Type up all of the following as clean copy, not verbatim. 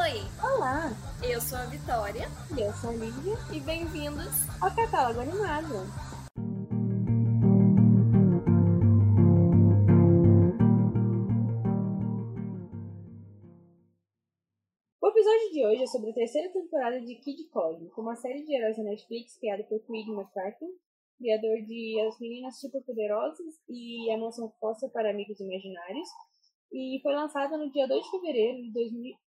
Oi, Olá, eu sou a Vitória e eu sou a Lívia e bem-vindos. ao Catálogo Animado. O episódio de hoje é sobre a terceira temporada de Kid Cosmic, uma série de heróis da Netflix criada por Craig McCracken, criador de As Meninas Superpoderosas e A Mansão Foster para Amigos Imaginários, e foi lançada no dia 2 de fevereiro de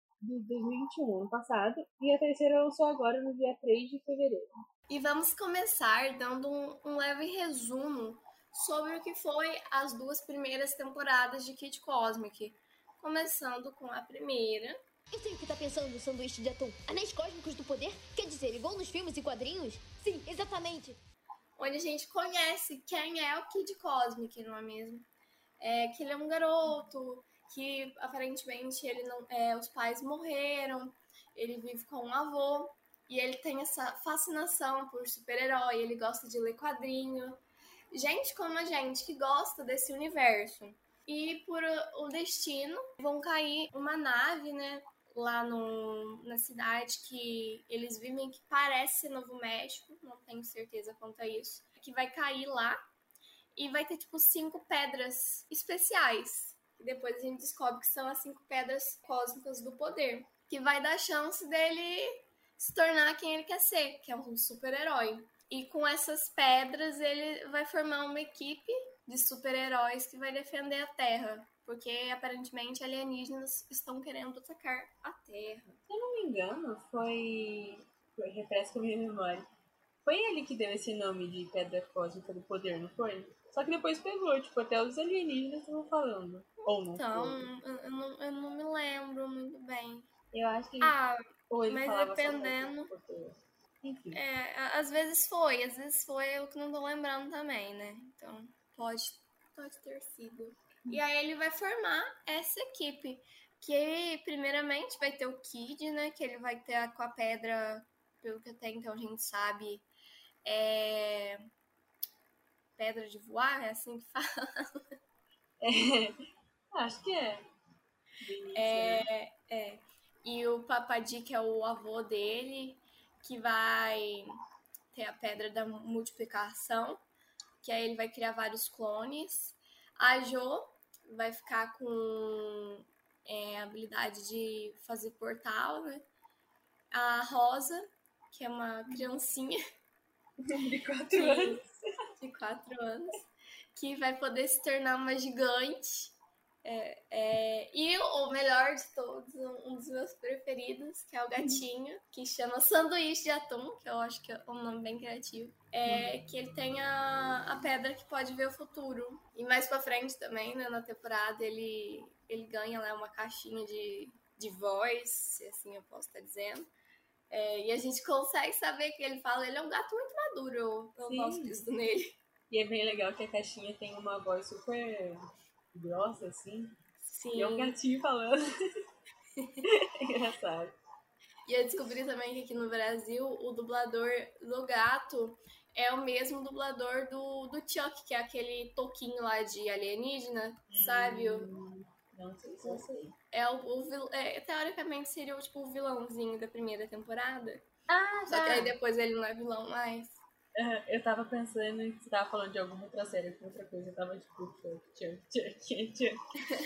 2021, ano passado, e a terceira lançou agora no dia 3 de fevereiro. E vamos começar dando um leve resumo sobre o que foi as duas primeiras temporadas de Kid Cosmic, começando com a primeira. Eu sei o que tá pensando no sanduíche de atum. Anéis cósmicos do poder? Quer dizer, igual nos filmes e quadrinhos? Sim, exatamente. Onde a gente conhece quem é o Kid Cosmic, não é mesmo? Que ele é um garoto, que aparentemente ele não, os pais morreram, ele vive com um avô, e ele tem essa fascinação por super-herói, ele gosta de ler quadrinho. Gente como a gente que gosta desse universo. E por o destino, vão cair uma nave, né? Lá na cidade que eles vivem, que parece ser Novo México, não tenho certeza quanto a isso, que vai cair lá e vai ter, tipo, 5 pedras especiais. E depois a gente descobre que são as 5 pedras cósmicas do poder, que vai dar chance dele se tornar quem ele quer ser, que é um super-herói. E com essas pedras ele vai formar uma equipe de super-heróis que vai defender a Terra, porque aparentemente alienígenas estão querendo atacar a Terra. Se eu não me engano, refresca a minha memória. Foi ele que deu esse nome de Pedra Cósmica do Poder, não foi? Só que depois pegou, tipo, até os alienígenas estavam falando. Ou não Então, foi? eu não me lembro muito bem. Eu acho que ou ele Mas falava dependendo... só Poder. Enfim. Às vezes foi, eu que não tô lembrando também, né? Então, pode ter sido. E aí ele vai formar essa equipe, que primeiramente vai ter o Kid, né? Que ele vai ter com a pedra, pelo que até então a gente sabe, pedra de voar, é assim que fala. Acho que é. Do início, né? E o Papadi, que é o avô dele, que vai ter a pedra da multiplicação, que aí ele vai criar vários clones. A Jo vai ficar com a habilidade de fazer portal, né? A Rosa, que é uma criancinha De 4 anos. de 4 anos, que vai poder se tornar uma gigante. E o melhor de todos, um dos meus preferidos, que é o gatinho, que chama Sanduíche de Atum, que eu acho que é um nome bem criativo. Que ele tem a pedra que pode ver o futuro. E mais pra frente também, né, na temporada, ele ganha lá uma caixinha de voz, se assim eu posso estar dizendo. E a gente consegue saber que ele fala, ele é um gato muito maduro, eu gosto disso nele. E é bem legal que a caixinha tem uma voz super grossa, assim. Sim. E é um gatinho falando. É engraçado. E eu descobri também que aqui no Brasil o dublador do gato é o mesmo dublador do Chuck, que é aquele toquinho lá de alienígena, sabe? Não sei se eu sei. Teoricamente seria tipo, o vilãozinho da primeira temporada. Só tá. que aí depois ele não é vilão mais. Eu tava pensando que você tava falando de alguma outra série, com outra coisa. Eu tava tipo, Chuck.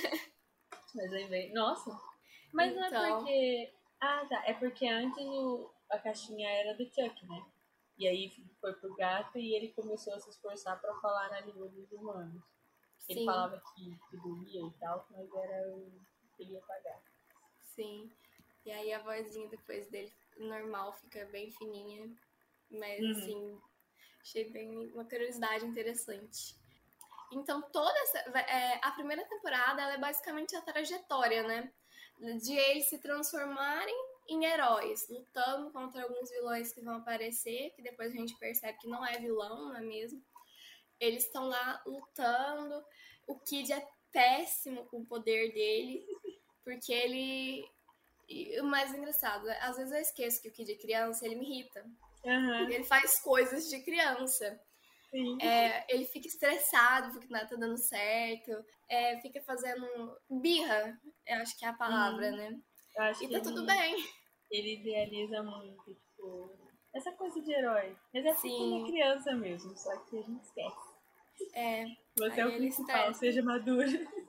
Mas aí veio. Nossa! Mas não é porque. Tá. É porque antes a caixinha era do Chuck, né? E aí foi pro gato e ele começou a se esforçar pra falar na língua dos humanos. Ele Sim. falava que doía e tal, mas era o que ele ia pagar. Sim. E aí a vozinha depois dele normal fica bem fininha. Mas assim, achei bem uma curiosidade interessante. Então, a primeira temporada ela é basicamente a trajetória, né? De eles se transformarem em heróis, lutando contra alguns vilões que vão aparecer, que depois a gente percebe que não é vilão, não é mesmo? Eles estão lá lutando. O Kid é péssimo com o poder dele, porque ele... E o mais engraçado, às vezes eu esqueço que o Kid é criança, ele me irrita. Porque ele faz coisas de criança. Ele fica estressado porque nada tá dando certo, fica fazendo birra, eu acho que é a palavra, né? Eu acho E que tá tudo bem. ele idealiza muito, tipo, essa coisa de herói. Mas é porque ele é Sim, criança mesmo, só que a gente esquece. Você é aí o eles principal, testam. seja maduro.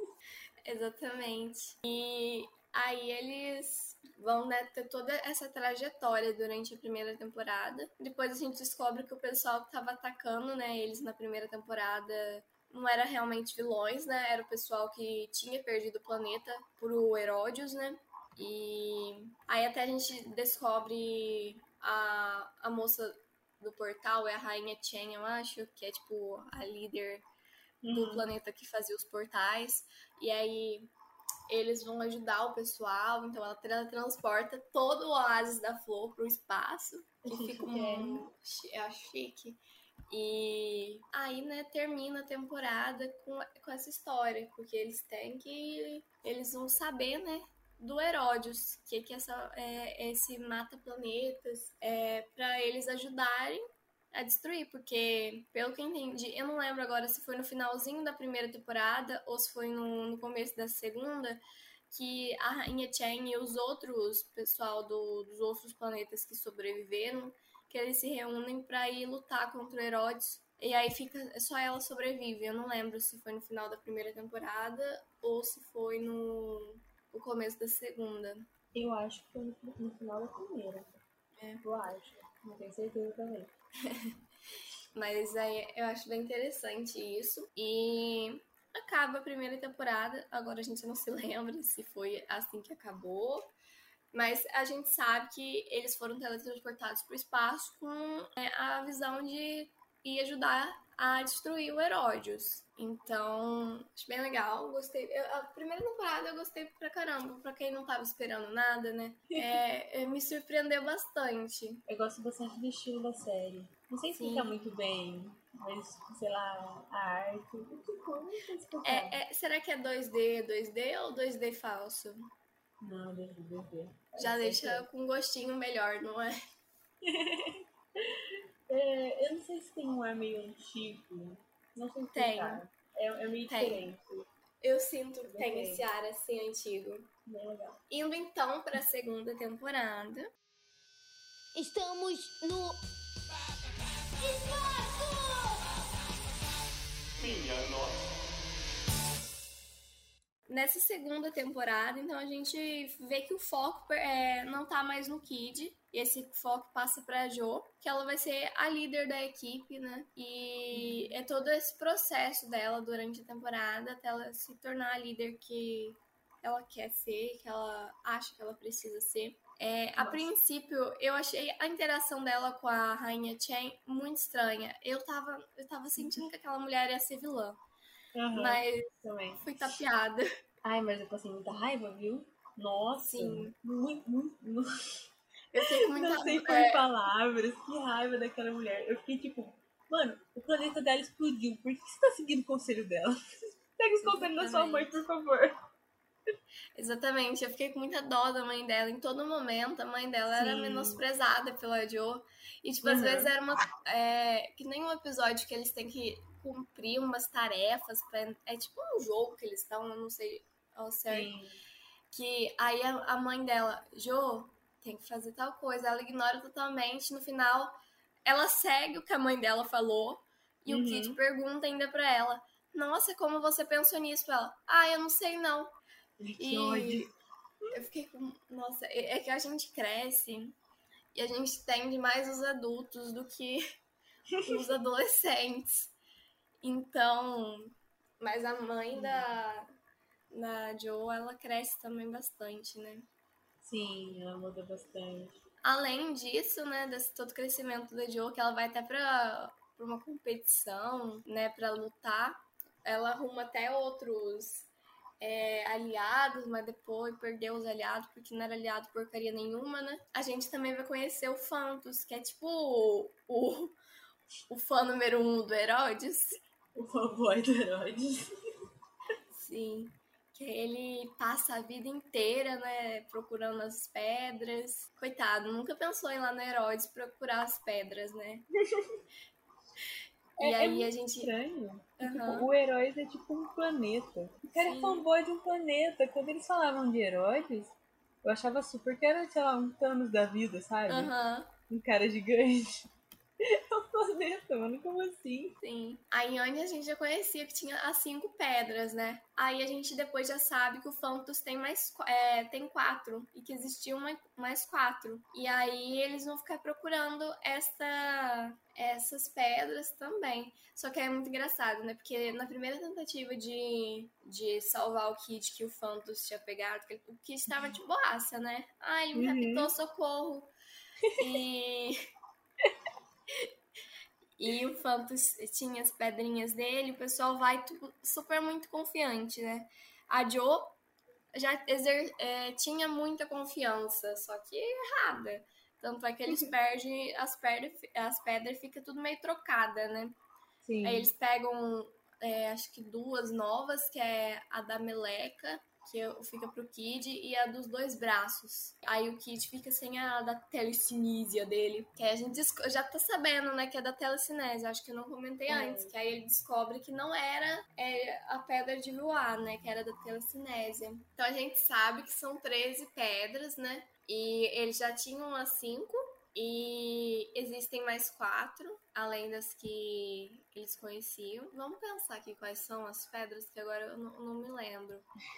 Exatamente. E aí eles vão, né, ter toda essa trajetória durante a primeira temporada. Depois a gente descobre que o pessoal que tava atacando, né, eles na primeira temporada não era realmente vilões, né? Era o pessoal que tinha perdido o planeta pro Heródios, né? E aí até a gente descobre a moça do portal, é a Rainha Chen, eu acho, que é tipo a líder do planeta que fazia os portais. E aí eles vão ajudar o pessoal, então ela transporta todo o oásis da flor pro espaço, que fica eu acho chique. E aí, né, termina a temporada com essa história, porque eles vão saber, né, do Heródios, que esse mata-planetas, para eles ajudarem a destruir, porque, pelo que eu entendi, eu não lembro agora se foi no finalzinho da primeira temporada ou se foi no começo da segunda, que a Rainha Chen e os outros pessoal dos outros planetas que sobreviveram, que eles se reúnem para ir lutar contra o Herodes. E aí fica só ela sobrevive. Eu não lembro se foi no final da primeira temporada ou se foi no começo da segunda. Eu acho que foi no final da primeira. Eu acho. Não tenho certeza também. Mas aí eu acho bem interessante isso. E acaba a primeira temporada. Agora a gente não se lembra se foi assim que acabou. Mas a gente sabe que eles foram teletransportados para o espaço com a visão de ir ajudar a destruir o Heródios. Então, acho bem legal. Gostei. A primeira temporada eu gostei pra caramba. Pra quem não tava esperando nada, né? Me surpreendeu bastante. Eu gosto bastante do estilo da série. Não sei explicar Sim. muito bem, mas, sei lá, a arte. Tipo, não sei explicar. Será que é 2D ou 2D falso? Não, deixa eu ver. Já deixa com um gostinho melhor, não é? Eu não sei se tem um ar meio antigo. Não sei Tem, explicar. É meio tem. diferente. Eu sinto que tem Gostei. esse ar assim antigo. Bem legal. Indo então para a segunda temporada. Estamos no espaço! Minha nossa. Nessa segunda temporada, então a gente vê que o foco não tá mais no Kid. E esse foco passa pra Jo, que ela vai ser a líder da equipe, né? E é todo esse processo dela durante a temporada até ela se tornar a líder que ela quer ser, que ela acha que ela precisa ser. A princípio, eu achei a interação dela com a Rainha Chen muito estranha. Eu tava sentindo que aquela mulher ia ser vilã. Mas também. fui tapeada. Ai, mas eu passei muita raiva, viu? Nossa. Sim. Muito. Eu fiquei com muita. Não sei por palavras. Que raiva daquela mulher. Eu fiquei tipo, mano, o planeta dela explodiu. Por que você tá seguindo o conselho dela? Segue os conselhos da sua mãe, por favor. Exatamente, eu fiquei com muita dó da mãe dela. Em todo momento, a mãe dela era menosprezada pela Jo. E, tipo, às vezes era que nem um episódio que eles têm que cumprir umas tarefas. É tipo um jogo que eles estão, eu não sei ao certo. Sim. Que aí a mãe dela, Jo, tem que fazer tal coisa. Ela ignora totalmente. No final, ela segue o que a mãe dela falou. E o Kid pergunta ainda pra ela: Nossa, como você pensou nisso? Ela: eu não sei não. Que ódio. Eu fiquei com. Nossa, é que a gente cresce e a gente entende mais os adultos do que os adolescentes. Então. Mas a mãe da Jo, ela cresce também bastante, né? Sim, ela muda bastante. Além disso, né, desse todo crescimento da Jo, que ela vai até pra uma competição, né, pra lutar, ela arruma até outros aliados, mas depois perdeu os aliados porque não era aliado porcaria nenhuma, né? A gente também vai conhecer o Phantos, que é tipo o fã número 1 do Herodes. O fanboy do Herodes. Sim. Que ele passa a vida inteira, né, procurando as pedras. Coitado, nunca pensou em ir lá no Herodes procurar as pedras, né? E aí muito a gente. Estranho. Tipo, o Heróis é tipo um planeta. O cara é fanboy de um planeta. Quando eles falavam de Herodes, Eu achava super que era, sei lá, um Thanos da vida, sabe? Aham. Um cara gigante. É um planeta, mano, como assim? Sim. Aí antes a gente já conhecia que tinha as 5 pedras, né? Aí a gente depois já sabe que o Fantus tem tem 4 e que existiam mais 4. E aí eles vão ficar procurando essas pedras também. Só que é muito engraçado, né? Porque na primeira tentativa de salvar o Kid que o Fantus tinha pegado, o Kid estava de boaça, né? Ah, ele me raptou, socorro. E o Fantus tinha as pedrinhas dele, o pessoal vai super muito confiante, né? A Jo já tinha muita confiança, só que errada. Tanto é que eles perdem as pedras fica tudo meio trocada, né? Sim. Aí eles pegam, acho que 2 novas, que é a da meleca, que fica pro Kid, e a dos 2 braços. Aí o Kid fica sem a da telecinésia dele. Que aí a gente já tá sabendo, né, que é da telecinésia. Acho que eu não comentei antes. Que aí ele descobre que não era a pedra de voar, né, que era da telecinésia. Então a gente sabe que são 13 pedras, né, e eles já tinham as 5. E existem mais 4, além das que eles conheciam. Vamos pensar aqui quais são as pedras, que agora eu não me lembro.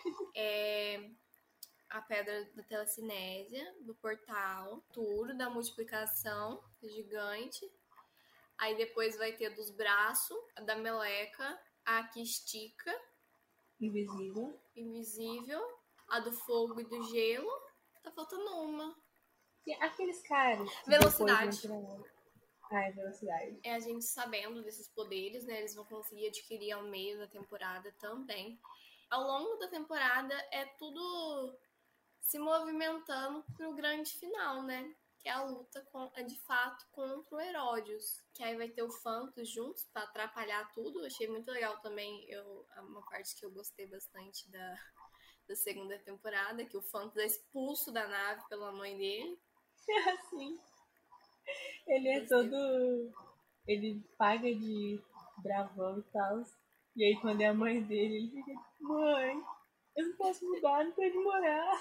A pedra da telecinésia, do portal, Turo, da multiplicação, gigante. Aí depois vai ter dos braços, a da meleca, a que estica, invisível, a do fogo e do gelo. Tá faltando uma. E aqueles caras que Velocidade. depois entram... Ah, é velocidade. É a gente sabendo desses poderes, né? Eles vão conseguir adquirir ao meio da temporada também. Ao longo da temporada é tudo se movimentando pro grande final, né? Que é a luta de fato contra o Heródios. Que aí vai ter o Phantos juntos pra atrapalhar tudo. Eu achei muito legal também. Uma parte que eu gostei bastante da segunda temporada, que o Phantos é expulso da nave pela mãe dele. Assim. Ele é todo... Ele paga de bravão e tal. E aí quando é a mãe dele, ele fica, mãe, eu não posso mudar, não pode morar.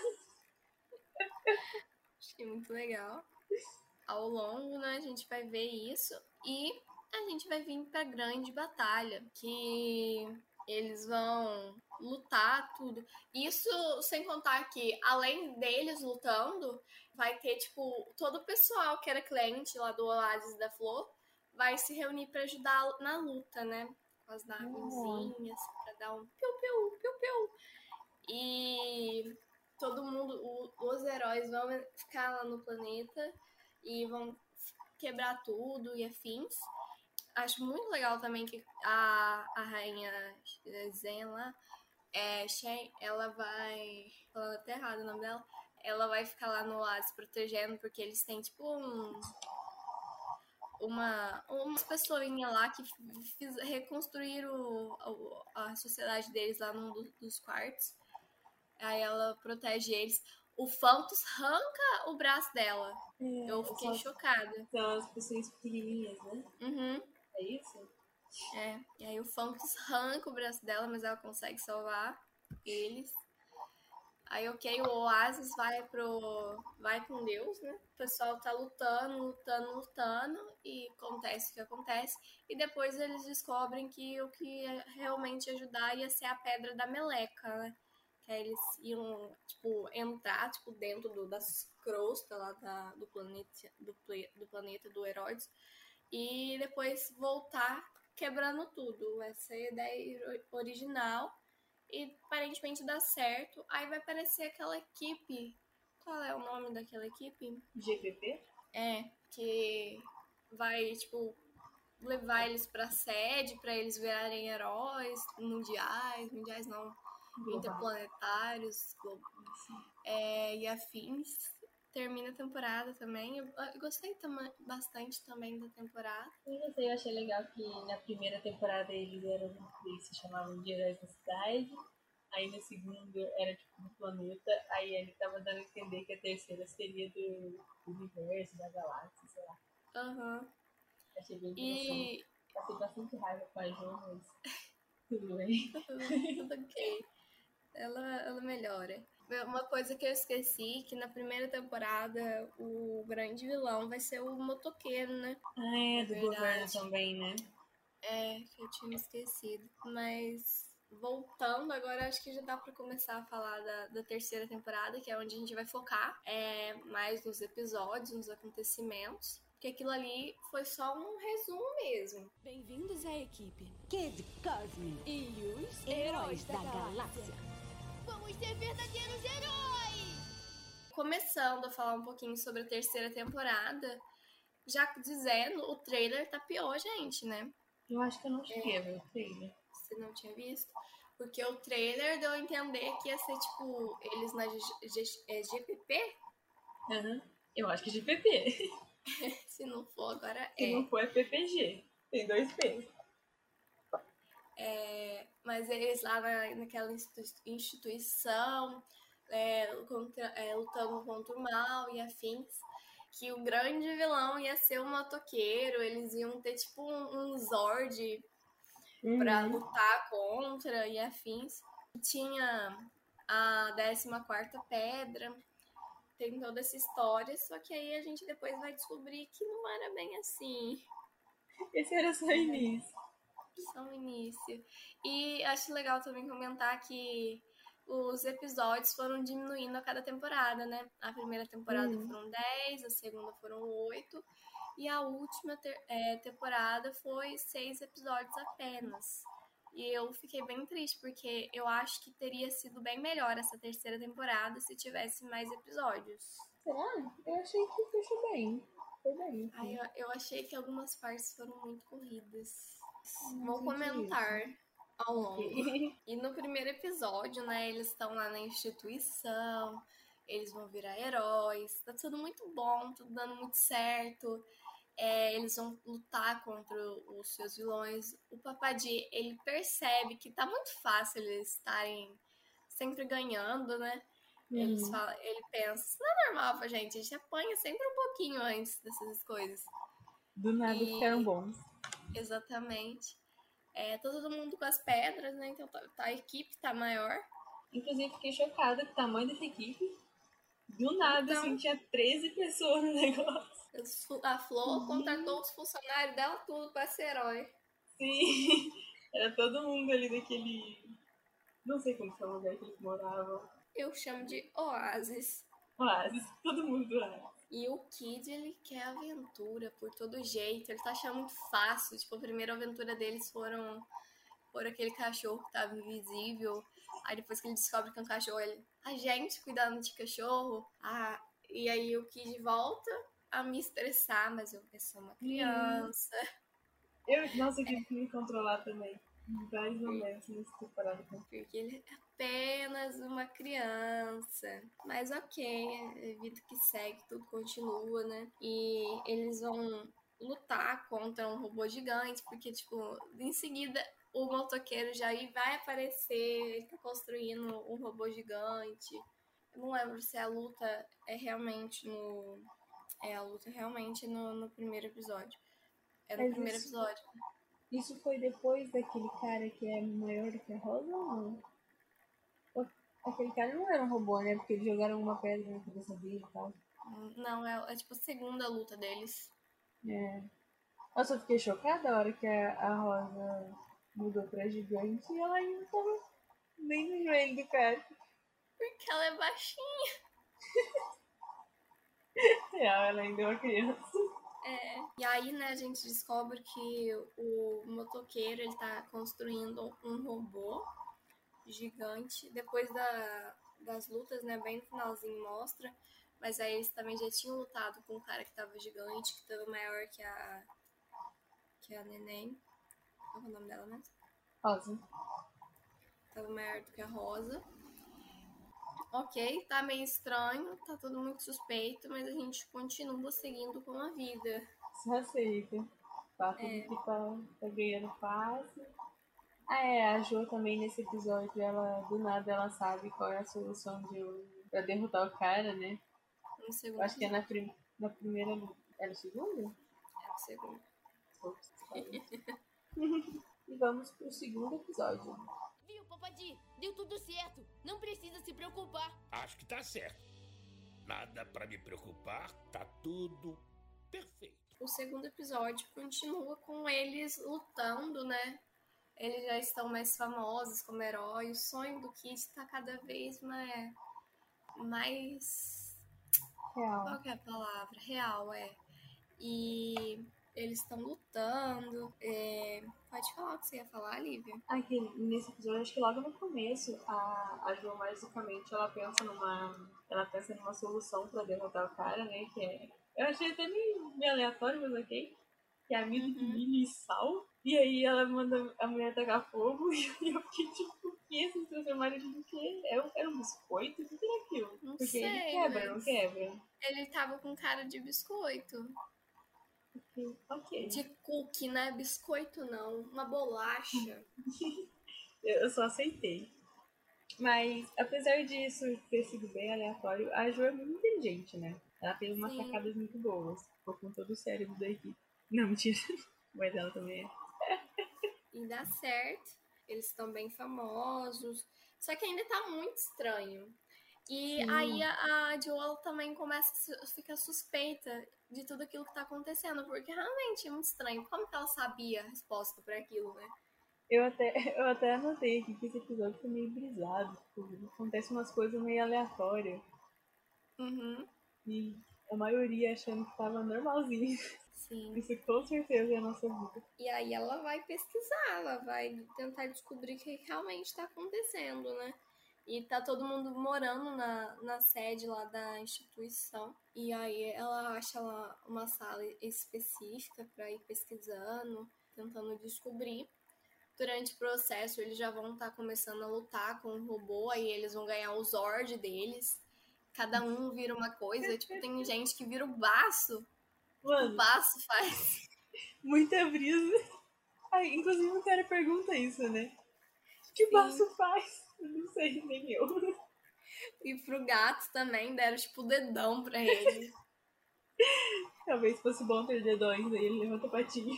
Achei muito legal. Ao longo, né, a gente vai ver isso e a gente vai vir pra grande batalha, que eles vão lutar tudo. Isso sem contar que, além deles lutando, vai ter, tipo, todo o pessoal que era cliente lá do Oasis da Flor vai se reunir pra ajudar na luta, né? Com as navezinhas, pra dar um piu-piu, piu-piu. E todo mundo, os heróis vão ficar lá no planeta e vão quebrar tudo e afins. Acho muito legal também que a rainha Zen lá, Shen, ela vai, falando até errado o nome dela, ela vai ficar lá no Oasis protegendo, porque eles têm tipo umas pessoinhas lá que reconstruíram a sociedade deles lá num dos quartos. Aí ela protege eles. O Phantos arranca o braço dela. Eu fiquei chocada. São as pessoas pequenininhas, né? Uhum. É isso? E aí o Phantos arranca o braço dela, mas ela consegue salvar eles. Aí, ok, o Oasis vai com Deus, né? O pessoal tá lutando, e acontece o que acontece. E depois eles descobrem que o que ia realmente ajudar ia ser a pedra da meleca, né? Que aí eles iam, tipo, entrar, tipo, dentro das crostas lá do planeta do Heróis e depois voltar quebrando tudo. Essa é a ideia original. E aparentemente dá certo. Aí vai aparecer aquela equipe. Qual é o nome daquela equipe? GPP? Que vai, tipo, levar eles pra sede, pra eles virarem heróis mundiais não, interplanetários, e afins. Termina a temporada também. Eu gostei bastante também da temporada. Eu achei legal que na primeira temporada eles se chamavam de Heróis da Cidade. Aí no segundo era tipo do planeta. Aí ele tava dando a entender que a terceira seria do universo, da galáxia, sei lá. Aham. Achei bem interessante. Passei bastante raiva com a Jo, mas tudo bem. Tudo ok. Ela melhora. Uma coisa que eu esqueci, que na primeira temporada o grande vilão vai ser o motoqueiro, né? Do governo também, né? Que eu tinha me esquecido. Mas voltando, agora acho que já dá pra começar a falar da terceira temporada, que é onde a gente vai focar mais nos episódios, nos acontecimentos. Porque aquilo ali foi só um resumo mesmo. Bem-vindos à equipe Kid Cosmic e os Heróis da Galáxia. Vamos ser verdadeiros heróis! Começando a falar um pouquinho sobre a terceira temporada, já dizendo, o trailer tapeou, gente, né? Eu acho que eu não cheguei a ver o trailer. Você não tinha visto? Porque o trailer deu a entender que ia ser, tipo, eles na GPP? Eu acho que é GPP. Se não for, agora Se não for, é PPG. Tem 2 P's. Mas eles lá naquela instituição, lutando contra o mal e afins, que o grande vilão ia ser o motoqueiro, eles iam ter tipo um Zord pra lutar contra e afins. Tinha a 14ª pedra, tem toda essa história, só que aí a gente depois vai descobrir que não era bem assim. Esse era só o início. Só o início. E acho legal também comentar que os episódios foram diminuindo a cada temporada, né? A primeira temporada foram 10, a segunda foram 8, e a última temporada foi 6 episódios apenas. E eu fiquei bem triste, porque eu acho que teria sido bem melhor essa terceira temporada se tivesse mais episódios. Será? Eu achei que fechou bem. Foi bem. Ai, eu achei que algumas partes foram muito corridas. Vou comentar ao longo. E no primeiro episódio, né, eles estão lá na instituição, eles vão virar heróis, tá tudo muito bom, tudo dando muito certo. Eles vão lutar contra os seus vilões. O Papadi, ele percebe que tá muito fácil eles estarem sempre ganhando, né? Ele pensa, isso não é normal pra gente, a gente apanha sempre um pouquinho antes dessas coisas. Do nada ficaram bons. Exatamente. Tá todo mundo com as pedras, né? Então a equipe tá maior. Inclusive, fiquei chocada com o tamanho dessa equipe. Do nada, Então, assim, tinha 13 pessoas no negócio. A Flor contratou os funcionários dela tudo pra ser herói. Sim, era todo mundo ali daquele... Não sei como chama o lugar que eles moravam. Eu chamo de Oásis. Oásis, todo mundo do Oásis. E o Kid, ele quer aventura por todo jeito. Ele tá achando muito fácil. Tipo, a primeira aventura deles foram por aquele cachorro que tava invisível. Aí depois que ele descobre que é um cachorro, ele... A gente cuidando de cachorro. E aí o Kid volta a me estressar, mas eu sou uma criança. Nossa, eu tive que me controlar também. Em vários momentos nessa temporada. Porque ele é apenas uma criança. Mas ok, é vida que segue, tudo continua, né? E eles vão lutar contra um robô gigante, porque, tipo, em seguida o motoqueiro já vai aparecer, ele tá construindo um robô gigante. Eu não lembro se a luta é realmente no... a luta realmente no primeiro episódio. No primeiro episódio. Isso foi depois daquele cara que é maior do que a Rosa ou não? Aquele cara não era um robô, né? Porque eles jogaram uma pedra na cabeça dele e tal. Não, é tipo a segunda luta deles. Nossa, eu fiquei chocada a hora que a Rosa mudou pra gigante e ela ainda tava bem no joelho do cara. Porque ela é baixinha. Real, ela ainda é uma criança. E aí, né, a gente descobre que o motoqueiro, ele tá construindo um robô gigante. Depois das lutas, né, bem no finalzinho mostra. Mas aí eles também já tinham lutado com um cara que tava gigante, que tava maior que a Neném. Qual é o nome dela mesmo? Rosa. Tava maior do que a Rosa. Ok, tá meio estranho, tá tudo muito suspeito, mas a gente continua seguindo com a vida. Só aceita. Tá tudo que tá ganhando passe. A Jo também nesse episódio, ela do nada ela sabe qual é a solução pra derrotar o cara, né? No segundo Eu acho que é na primeira luta. É no segundo? É no segundo. E vamos pro segundo episódio. Viu, Papadi? Deu tudo certo. Não precisa se preocupar. Acho que tá certo. Nada pra me preocupar, tá tudo perfeito. O segundo episódio continua com eles lutando, né? Eles já estão mais famosos como herói. O sonho do Kid está cada vez mais... Real. Qual que é a palavra? Real, é. E eles estão lutando. Pode falar o que você ia falar, Lívia? Aqui, nesse episódio, acho que logo no começo, a Jo, basicamente, ela pensa numa solução pra derrotar o cara, né? Que é... Eu achei até meio aleatório, mas ok. Que é a milho de milho e sal. E aí ela manda a mulher tacar fogo. E eu fiquei tipo, o que esses transformaram em quê? Era um biscoito? O que era aquilo? Não Porque sei, ele quebra, não mas quebra? ele tava com cara de biscoito. Ok. De cookie, né? Biscoito não. Uma bolacha. Eu só aceitei. Mas, apesar disso ter sido bem aleatório, a Jo é muito inteligente, né? Ela tem umas Sim. sacadas muito boas. Ficou com todo o cérebro da equipe. Não, mentira. Mas ela também é. E dá certo. Eles estão bem famosos. Só que ainda tá muito estranho. E Sim. aí a Joel também começa a ficar suspeita de tudo aquilo que tá acontecendo. Porque realmente é muito estranho. Como que ela sabia a resposta para aquilo, né? Eu até anotei aqui que esse episódio foi meio brisado. Tipo, acontece umas coisas meio aleatórias. Uhum. E a maioria achando que tava normalzinho. Sim. Isso com certeza é a nossa vida. E aí ela vai pesquisar, ela vai tentar descobrir o que realmente está acontecendo, né? E tá todo mundo morando na sede lá da instituição. E aí ela acha lá uma sala específica para ir pesquisando, tentando descobrir. Durante o processo, eles já vão estar começando a lutar com o robô, aí eles vão ganhar o Zord deles. Cada um vira uma coisa. Tipo, tem gente que vira o baço. Mano, O baço faz... muita brisa. Ai, inclusive o cara pergunta isso, né? O que o Sim. baço faz? Eu não sei, nem eu. E pro gato também deram, tipo, o dedão pra ele. Talvez fosse bom ter dedões, aí ele levanta a patinha.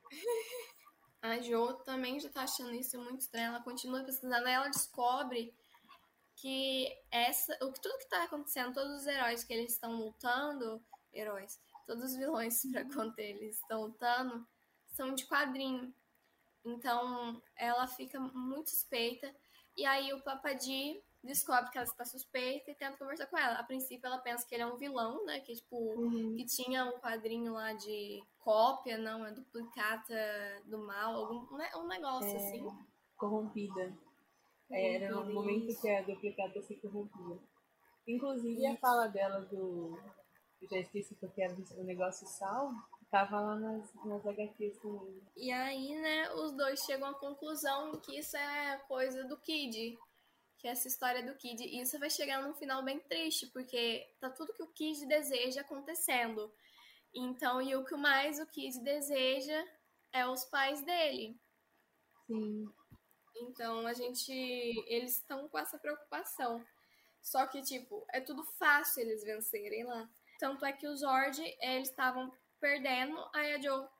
A Jo também já tá achando isso muito estranho. Ela continua pesquisando, aí ela descobre que tudo que tá acontecendo, todos os heróis que eles estão lutando, todos os vilões pra conter eles estão lutando, são de quadrinho. Então ela fica muito suspeita. E aí o Papadi descobre que ela está suspeita e tenta conversar com ela. A princípio ela pensa que ele é um vilão, né? Que tipo, que tinha um quadrinho lá de cópia, não, é duplicata do mal, um negócio assim. Corrompida. Era um momento Isso. que a duplicata se corrompia. Inclusive a fala dela do. Eu já esqueci porque era o negócio sal. Tava lá nas HQs também. E aí, né, os dois chegam à conclusão que isso é coisa do Kid. Que é essa história do Kid. E isso vai chegar num final bem triste, porque tá tudo que o Kid deseja acontecendo. Então, e o que mais o Kid deseja é os pais dele. Sim. Então, eles estão com essa preocupação. Só que, tipo, é tudo fácil eles vencerem lá. Tanto é que os Zord, eles estavam perdendo, aí a Joe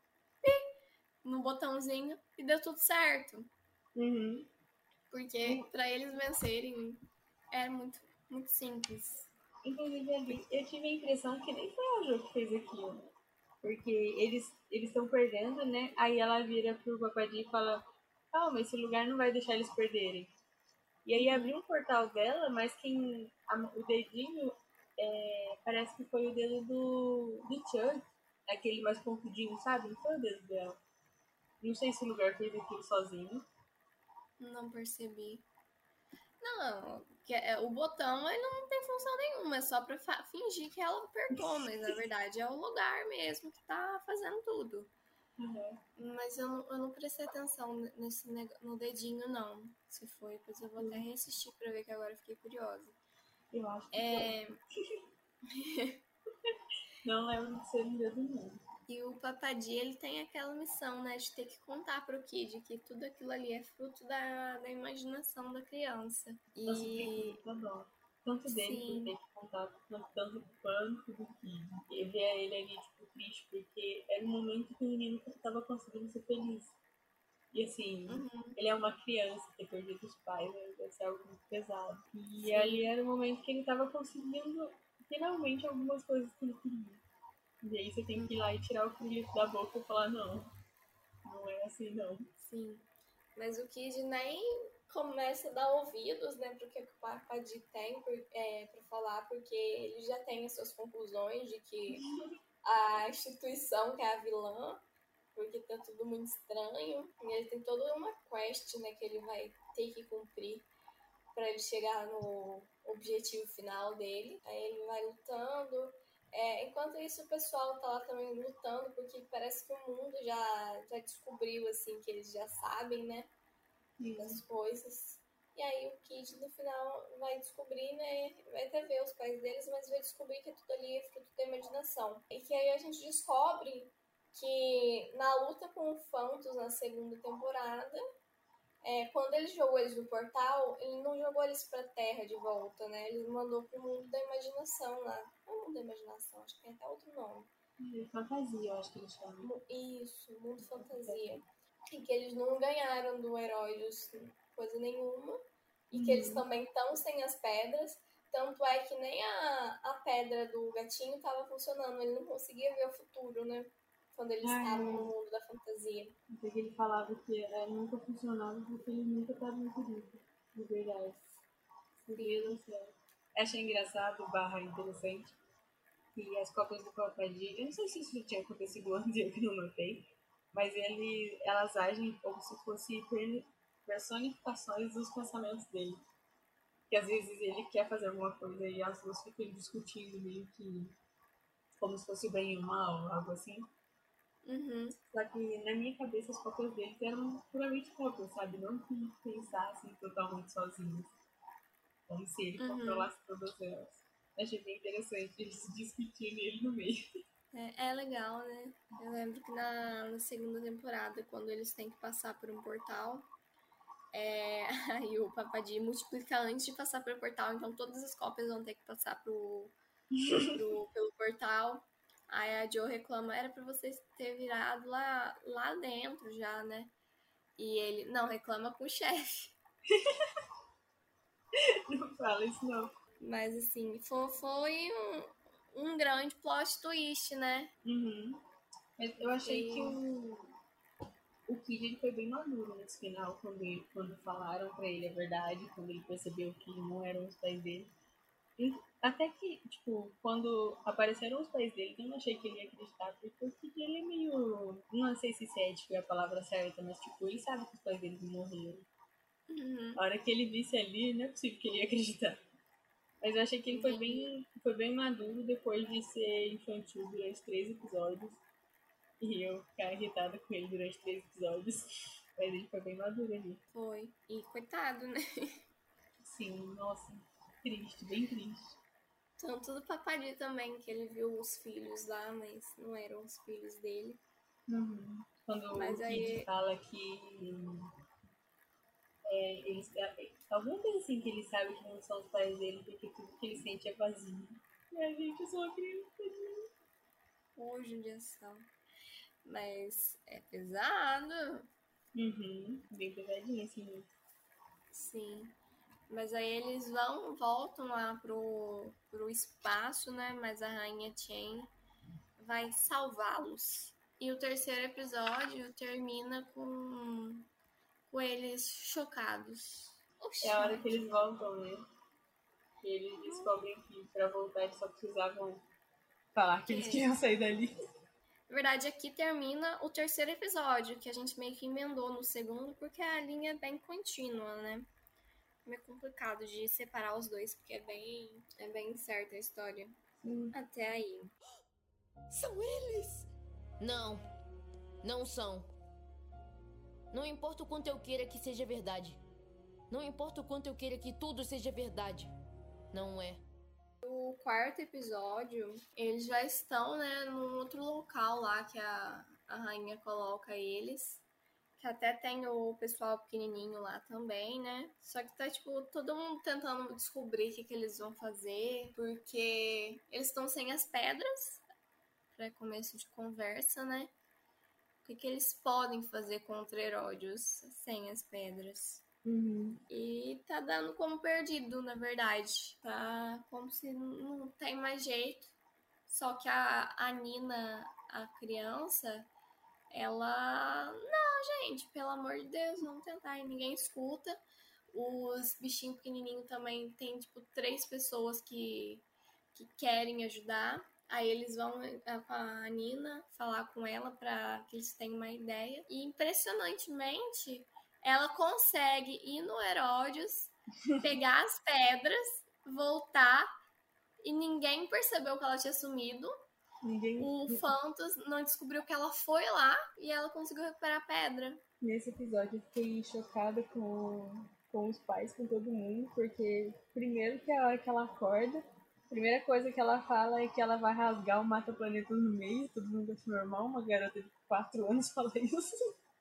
no botãozinho e deu tudo certo. Uhum. Porque pra eles vencerem é muito, muito simples. Inclusive ali, eu tive a impressão que nem foi a Jo que fez aquilo. Porque eles estão perdendo, né? Aí ela vira pro Papadi e fala: calma, esse lugar não vai deixar eles perderem. E aí abriu um portal dela, mas o dedinho parece que foi o dedo do Chuck, aquele mais compridinho, sabe? Não foi o dedo dela. Não sei se o lugar fez aquilo sozinho. Não percebi. Não, o botão ele não tem função nenhuma, é só pra fingir que ela apertou, mas na verdade é o lugar mesmo que tá fazendo tudo. Uhum. Mas eu não prestei atenção no dedinho, não. Se foi, depois eu vou até reassistir pra ver, que agora eu fiquei curiosa. Eu acho que foi. Não lembro de ser um dedo, não. E o Papadi, ele tem aquela missão, né, de ter que contar pro Kid que tudo aquilo ali é fruto da imaginação da criança. Nossa, eu fiquei com muita dó. Tanto dele por Sim. ter que contar tanto quanto do Kid. E ver ele ali, tipo, triste, porque era um momento que o menino tava conseguindo ser feliz. E assim, Uhum. ele é uma criança, ter perdido os pais, né? Deve ser algo muito pesado. E Sim. ali era o momento que ele tava conseguindo finalmente algumas coisas que ele queria. E aí você tem que ir lá e tirar o pirulito da boca e falar, não, não é assim não. Sim. Mas o Kid nem começa a dar ouvidos, né, pro que o Papadi tem pra falar, porque ele já tem as suas conclusões de que a instituição que é a vilã, porque tá tudo muito estranho. E ele tem toda uma quest, né, que ele vai ter que cumprir para ele chegar no objetivo final dele. Aí ele vai lutando. Enquanto isso, o pessoal tá lá também lutando, porque parece que o mundo já descobriu, assim, que eles já sabem, né, das coisas. E aí o Kid, no final, vai descobrir, né, vai até ver os pais deles, mas vai descobrir que tudo ali é fruto da imaginação. E que aí a gente descobre que na luta com o Phantos na segunda temporada, quando ele jogou eles no portal, ele não jogou eles pra Terra de volta, né? Ele mandou pro mundo da imaginação lá. Não é mundo da imaginação, acho que tem até outro nome. Fantasia, eu acho que eles chamam. Isso, mundo fantasia. E que eles não ganharam do Heróis coisa nenhuma. E que eles também estão sem as pedras. Tanto é que nem a pedra do gatinho estava funcionando. Ele não conseguia ver o futuro, né? Quando eles estavam no mundo da fantasia. Porque ele falava que nunca funcionava porque ele nunca estava em perigo. De verdade. Meu Deus do céu. Achei engraçado, barra interessante, que as cópias do Papadi, eu não sei se isso tinha acontecido antes e eu que não notei, mas elas agem como se fossem personificações dos pensamentos dele. Que às vezes ele quer fazer alguma coisa e as duas ficam discutindo meio que como se fosse o bem e o mal, algo assim. Uhum. Só que na minha cabeça as cópias deles eram puramente cópias, sabe? Não que pensassem totalmente sozinhos. Como se ele controlasse todas elas. Achei bem interessante eles discutindo ele no meio. É legal, né? Eu lembro que na segunda temporada, quando eles têm que passar por um portal, aí o Papadi multiplica antes de passar pelo portal, então todas as cópias vão ter que passar pelo portal. Aí a Joe reclama, era pra vocês ter virado lá dentro já, né? E ele, não, reclama com o chefe. Não fala isso não. Mas assim, foi um grande plot twist, né? Uhum. Mas eu achei que E o Kid ele foi bem maduro nesse final, quando falaram pra ele a verdade, quando ele percebeu que não eram os pais dele. E até que, tipo, quando apareceram os pais dele, eu não achei que ele ia acreditar, porque o Kid ele é meio. Não sei se cético é a palavra certa, mas tipo, ele sabe que os pais dele morreram. A hora que ele visse ali, não é possível que ele ia acreditar. Mas eu achei que ele foi bem maduro depois de ser infantil durante 3 episódios. E eu ficar irritada com ele durante 3 episódios. Mas ele foi bem maduro ali. foi. E coitado, né? Sim, nossa. Triste, bem triste. Tanto do Papadi também, que ele viu os filhos lá, mas não eram os filhos dele. Uhum. Quando Mas o Kid aí, fala que eles, alguma coisa assim que ele sabe que não são os pais dele, porque tudo que ele sente é vazio. E a gente, eu sou uma criança. judiação. Mas é pesado. Uhum. Bem pesadinho, assim. Sim. Mas aí eles voltam lá pro espaço, né? Mas a Rainha Chen vai salvá-los. E o terceiro episódio termina com eles chocados. É a hora que eles voltam, né? E eles descobrem que pra voltar eles só precisavam falar que eles queriam sair dali. Na verdade, aqui termina o terceiro episódio, que a gente meio que emendou no segundo, porque a linha é bem contínua, né? É meio complicado de separar os dois, porque é bem certa a história. Até aí. São eles? Não, não são. Não importa o quanto eu queira que seja verdade. Não importa o quanto eu queira que tudo seja verdade. Não é. O quarto episódio, eles já estão, né, num outro local lá que a rainha coloca eles. Que até tem o pessoal pequenininho lá também, né? Só que tá, tipo, todo mundo tentando descobrir o que eles vão fazer. Porque eles estão sem as pedras. Pra começo de conversa, né? que eles podem fazer contra Heródios sem as pedras. E tá dando como perdido, na verdade. Tá como se não tem mais jeito. Só que a Nina, a criança, ela... Não, gente, pelo amor de Deus, vamos tentar. E ninguém escuta. Os bichinhos pequenininhos também tem, tipo, 3 pessoas que querem ajudar. Aí eles vão com a Nina falar com ela para que eles tenham uma ideia. E impressionantemente, ela consegue ir no Heródios, pegar as pedras, voltar e ninguém percebeu que ela tinha sumido. O Phantos não descobriu que ela foi lá e ela conseguiu recuperar a pedra. Nesse episódio eu fiquei chocada com os pais, com todo mundo, porque primeiro que a hora que ela acorda, a primeira coisa que ela fala é que ela vai rasgar o mata-planeta no meio, todo mundo acha normal, uma garota de 4 anos fala isso.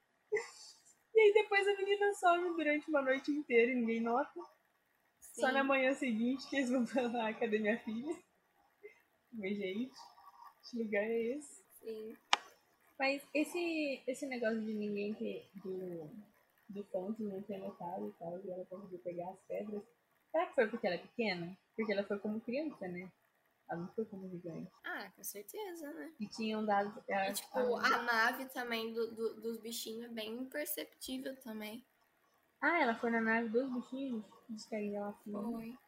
E aí depois a menina some durante uma noite inteira e ninguém nota. Sim. Só na manhã seguinte que eles vão falar, cadê minha filha? Mas gente, que lugar é esse? Sim. Mas esse negócio de ninguém ter, do Phantos não ter notado e tal, e ela conseguiu pegar as pedras, será que foi porque ela é pequena? Porque ela foi como criança, né? Ela não foi como gigante. Ah, com certeza, né? E tinham dado... E, tipo, a nave também dos bichinhos é bem imperceptível também. Ah, ela foi na nave dos bichinhos? Dos carinha lá assim. Foi.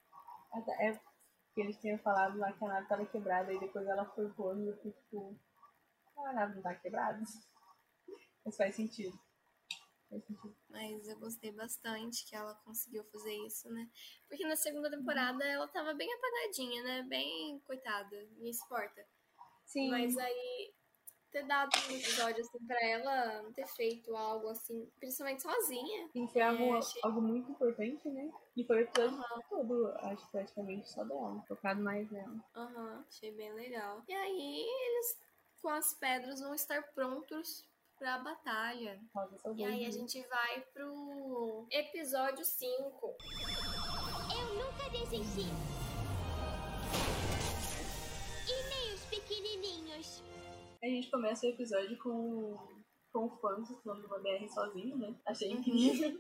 É que eles tinham falado lá que a nave tava quebrada, e depois ela foi voando e eu fiquei tipo... Ah, a nave não tá quebrada? Mas faz sentido. Mas eu gostei bastante que ela conseguiu fazer isso, né? Porque na segunda temporada ela tava bem apagadinha, né? Bem coitada, ninguém se importa. Sim. Mas aí ter dado um episódio assim pra ela, ter feito algo assim, principalmente sozinha. Sim, foi algo muito importante, né? E foi o episódio todo, acho, praticamente só dela, focado mais nela. Achei bem legal. E aí eles, com as pedras, vão estar prontos pra batalha. E aí a gente vai pro episódio 5. Eu nunca desisti. E nem os pequenininhos. A gente começa o episódio com o Phantos falando uma BR sozinho, né? Achei incrível.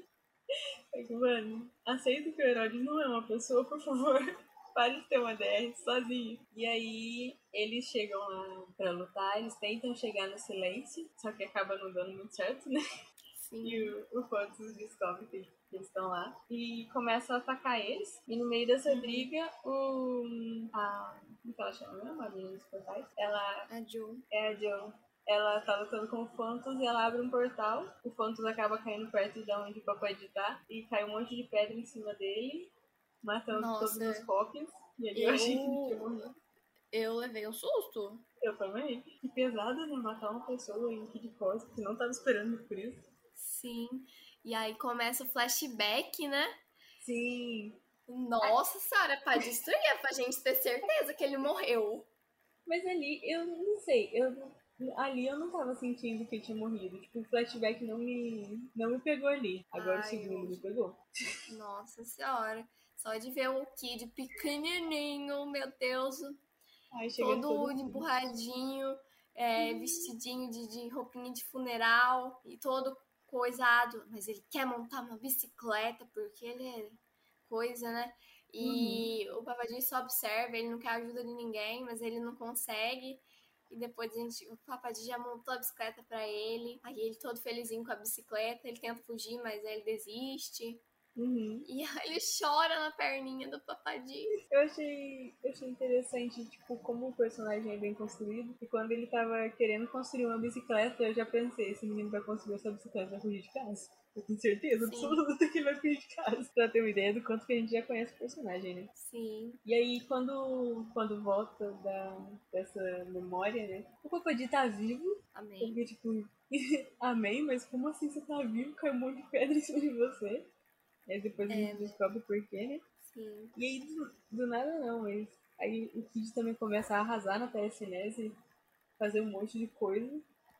Mano, aceita que o Heródoto não é uma pessoa, por favor. Pare de ter uma DR sozinho. E aí, eles chegam lá pra lutar, eles tentam chegar no silêncio, só que acaba não dando muito certo, né? Sim. E o Phantos descobre que eles estão lá e começa a atacar eles. E no meio dessa briga, como que ela chama mesmo? A menina dos portais? A Jo. É a Jo. Ela tá lutando com o Phantos e ela abre um portal. O Phantos acaba caindo perto de onde o Papai tá e cai um monte de pedra em cima dele, matando todos os cópias. E ali eu achei que ele tinha morrido. Eu levei um susto. Eu também. Que pesado, né? Matar uma pessoa em Kid Cosmo, que não tava esperando por isso. Sim. E aí começa o flashback, né? Sim. Nossa senhora, pra destruir, é pra gente ter certeza que ele morreu. Mas ali, eu não sei, ali eu não tava sentindo que ele tinha morrido. Tipo, o flashback não me pegou ali. Agora o segundo me pegou. Nossa senhora. Só de ver o Kid pequenininho, meu Deus. Todo empurradinho, vestidinho de roupinha de funeral e todo coisado. Mas ele quer montar uma bicicleta porque ele é coisa, né? E o Papadi só observa, ele não quer ajuda de ninguém, mas ele não consegue. E depois o Papadi já montou a bicicleta pra ele. Aí ele todo felizinho com a bicicleta, ele tenta fugir, mas aí ele desiste. E aí ele chora na perninha do Papadi. Eu achei interessante, tipo, como o personagem é bem construído. E quando ele tava querendo construir uma bicicleta, eu já pensei, esse menino vai construir essa bicicleta, vai fugir de casa. Eu tenho certeza absoluta que ele vai fugir de casa. Pra ter uma ideia do quanto que a gente já conhece o personagem, né? Sim. E aí, quando volta dessa memória, né? O Papadi tá vivo. Amém. Porque, tipo, amém, mas como assim você tá vivo? Caiu um monte de pedra em cima de você. Aí depois a gente descobre o porquê, né? Sim. E aí, do nada não, mas aí o Kid também começa a arrasar na telecinese, fazer um monte de coisa.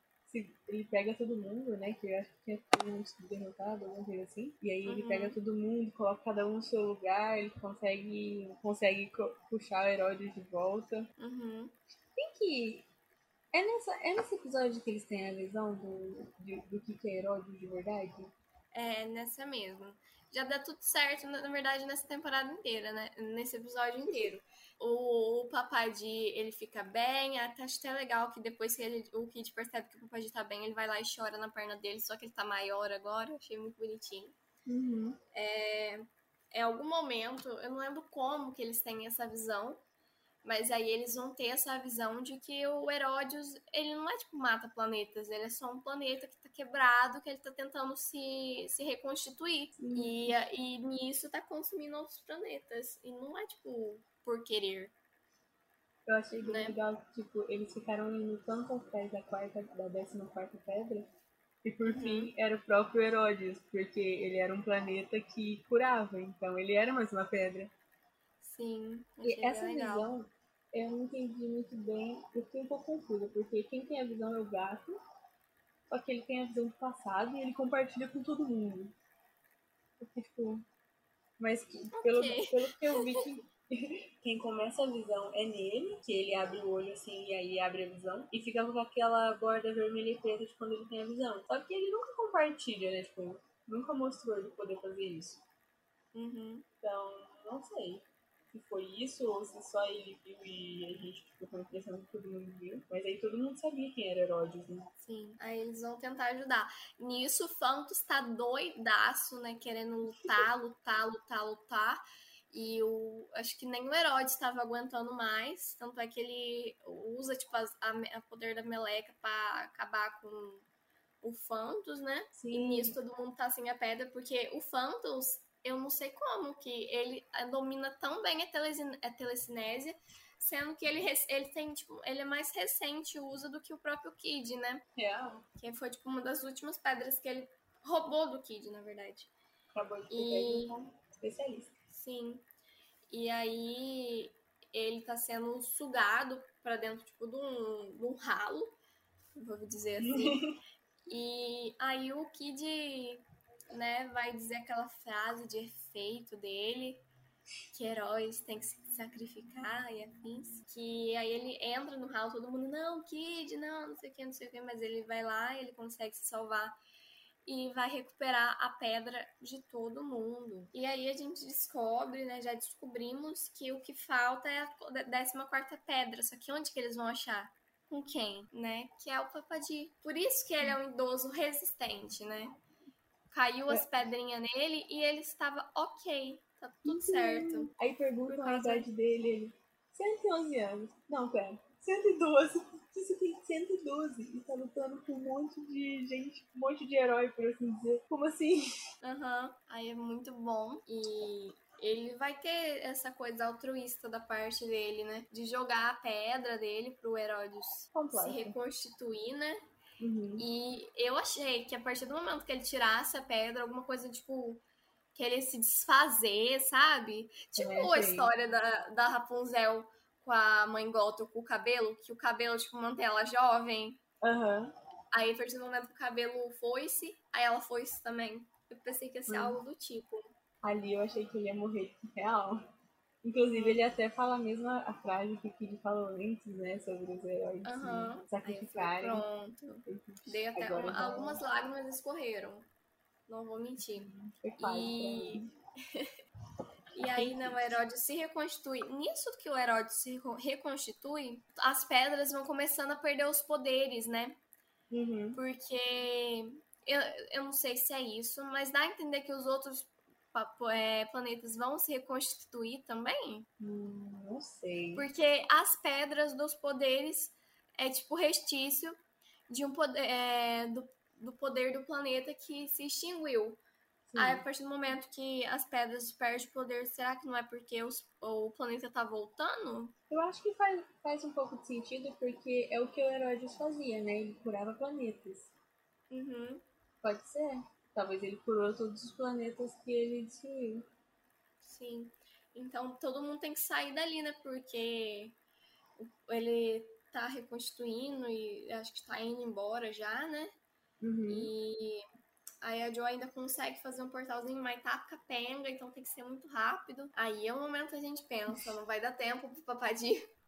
Ele pega todo mundo, né? Que eu acho que tinha todo mundo sido derrotado, alguma coisa assim. E aí ele pega todo mundo, coloca cada um no seu lugar, ele consegue puxar o Heródoto de volta. Uhum. Tem que... É nesse episódio que eles têm a visão do que é Herodes de verdade? É, nessa mesmo. Já dá tudo certo, na verdade, nessa temporada inteira, né? Nesse episódio inteiro. O Papadi, ele fica bem, até acho até legal que depois que o Kid percebe que o Papadi tá bem, ele vai lá e chora na perna dele, só que ele tá maior agora, achei muito bonitinho. Uhum. Em algum momento, eu não lembro como que eles têm essa visão, mas aí eles vão ter essa visão de que o Herodes, ele não é tipo mata planetas, ele é só um planeta que tá quebrado, que ele tá tentando se reconstituir. E nisso tá consumindo outros planetas. E não é tipo por querer. Eu achei bem né? legal que, tipo, eles ficaram indo tanto atrás da 14ª pedra, e por fim era o próprio Herodes, porque ele era um planeta que curava, então ele era mais uma pedra. Sim, E achei essa bem legal. visão eu não entendi muito bem, eu fiquei um pouco confusa, porque quem tem a visão é o gato, só que ele tem a visão do passado e ele compartilha com todo mundo. Porque, tipo, mas pelo que eu vi que quem começa a visão é nele, que ele abre o olho assim e aí abre a visão, e fica com aquela borda vermelha e preta de quando ele tem a visão. Só que ele nunca compartilha, né? Tipo, nunca mostrou ele poder fazer isso. Uhum. Então, não sei se foi isso ou se só ele viu e a gente ficou com a impressão que todo mundo viu. Mas aí todo mundo sabia quem era Herodes, né? Sim, aí eles vão tentar ajudar. Nisso, o Phantos tá doidaço, né? Querendo lutar. E acho que nem o Herodes estava aguentando mais. Tanto é que ele usa, tipo, a poder da meleca pra acabar com o Phantos, né? Sim. E nisso todo mundo tá sem a pedra, porque o Phantos, eu não sei como, que ele domina tão bem a telecinésia, sendo que ele tem, tipo, ele é mais recente o uso do que o próprio Kid, né? Real. Que foi, tipo, uma das últimas pedras que ele roubou do Kid, na verdade. Acabou de ficar um especialista. Sim. E aí ele tá sendo sugado pra dentro, tipo, de um ralo, vou dizer assim. E aí o Kid, né, vai dizer aquela frase de efeito dele, que heróis têm que se sacrificar e afins. Que aí ele entra no ralo, todo mundo, não, Kid, não sei o que, mas ele vai lá, ele consegue se salvar e vai recuperar a pedra de todo mundo. E aí a gente descobre, né, já descobrimos que o que falta é a 14ª pedra, só que onde que eles vão achar? Com quem, né? Que é o Papadi. Por isso que ele é um idoso resistente, né? Caiu as pedrinhas nele e ele estava ok. Tá tudo certo. Aí perguntam a idade dele, ele, 111 anos. Não, pera, 112. Isso tem 112 e tá lutando com um monte de gente, um monte de herói, por assim dizer. Como assim? Aí é muito bom. E ele vai ter essa coisa altruísta da parte dele, né? De jogar a pedra dele pro Herodes se reconstituir, né? Uhum. E eu achei que a partir do momento que ele tirasse a pedra, alguma coisa, tipo, que ele ia se desfazer, sabe? Tipo a história da Rapunzel com a mãe Gothel com o cabelo, que o cabelo, tipo, mantém ela jovem. Uhum. Aí, a partir do momento que o cabelo foi-se, aí ela foi-se também. Eu pensei que ia ser algo do tipo. Ali eu achei que ele ia morrer real. Inclusive, ele até fala a mesma a frase que o Kid falou antes, né? Sobre os heróis se sacrificarem. Pronto. Dei até algumas lágrimas escorreram. Não vou mentir. E aí, né, o Herodes se reconstitui. Nisso que o Herodes se reconstitui, as pedras vão começando a perder os poderes, né? Uhum. Porque eu não sei se é isso, mas dá a entender que os outros planetas vão se reconstituir também? Não sei. Porque as pedras dos poderes é tipo restício de um poder, do poder do planeta que se extinguiu. Sim. Aí, a partir do momento que as pedras perdem poder, será que não é porque o planeta tá voltando? Eu acho que faz um pouco de sentido, porque é o que o Herodes fazia, né? Ele curava planetas. Uhum. Pode ser. Talvez ele curou todos os planetas que ele destruiu. Sim. Então, todo mundo tem que sair dali, né? Porque ele tá reconstituindo e acho que tá indo embora já, né? Uhum. E aí a Jo ainda consegue fazer um portalzinho, mas tá capenga, então tem que ser muito rápido. Aí é o momento que a gente pensa, não vai dar tempo pro Papadi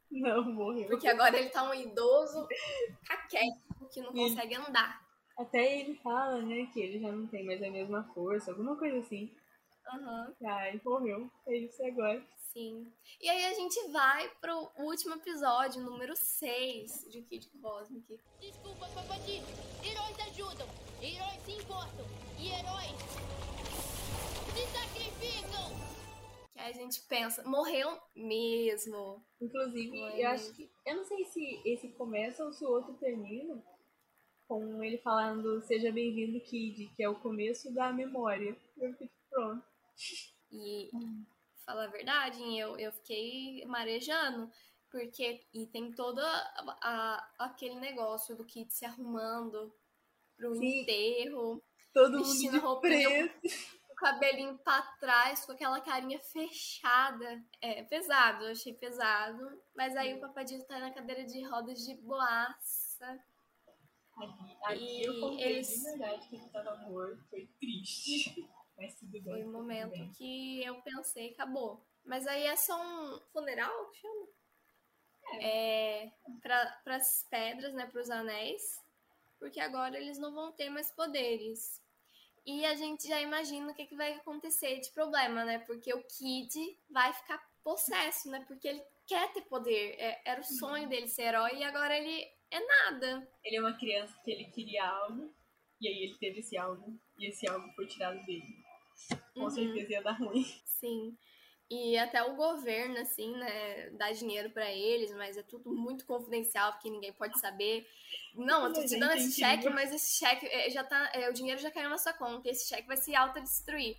Não, morreu. Porque agora ele tá um idoso caquético que não consegue andar. Até ele fala, né, que ele já não tem mais a mesma força, alguma coisa assim. Aham. Ai, morreu. É isso agora. Sim. E aí a gente vai pro último episódio, número 6 de Kid Cosmic. Desculpa, Papadi. Heróis ajudam. Heróis se importam. E heróis se sacrificam. Que aí a gente pensa, morreu mesmo. Inclusive, Foi eu acho que... Eu não sei se esse começa ou se o outro termina com ele falando Seja bem-vindo, Kid, que é o começo da memória. Eu fiquei pronto. E, falar a verdade, eu fiquei marejando. Porque, e tem todo aquele negócio do Kid se arrumando pro Sim. enterro. Todo Vestindo mundo de roupinha preto. o cabelinho pra trás, com aquela carinha fechada. É pesado, eu achei pesado. Mas aí o Papadito tá na cadeira de rodas de boaça. Aqui eu contei de verdade que ele tava morto. Foi triste. Mas tudo bem. Foi um tudo momento bem. que eu pensei, acabou. Mas aí é só um funeral, que chama? É, pras pedras, né, pros anéis. Porque agora eles não vão ter mais poderes. E a gente já imagina o que vai acontecer de problema, né? Porque o Kid vai ficar possesso, né? Porque ele quer ter poder. Era o sonho dele ser herói e agora ele é nada. Ele é uma criança que ele queria algo. E aí ele teve esse algo. E esse algo foi tirado dele. Com certeza ia dar ruim. Sim. E até o governo, assim, né, dá dinheiro pra eles, mas é tudo muito confidencial, porque ninguém pode saber. Não, eu tô te dando esse cheque, mas esse cheque já tá. O dinheiro já caiu na sua conta, e esse cheque vai se autodestruir.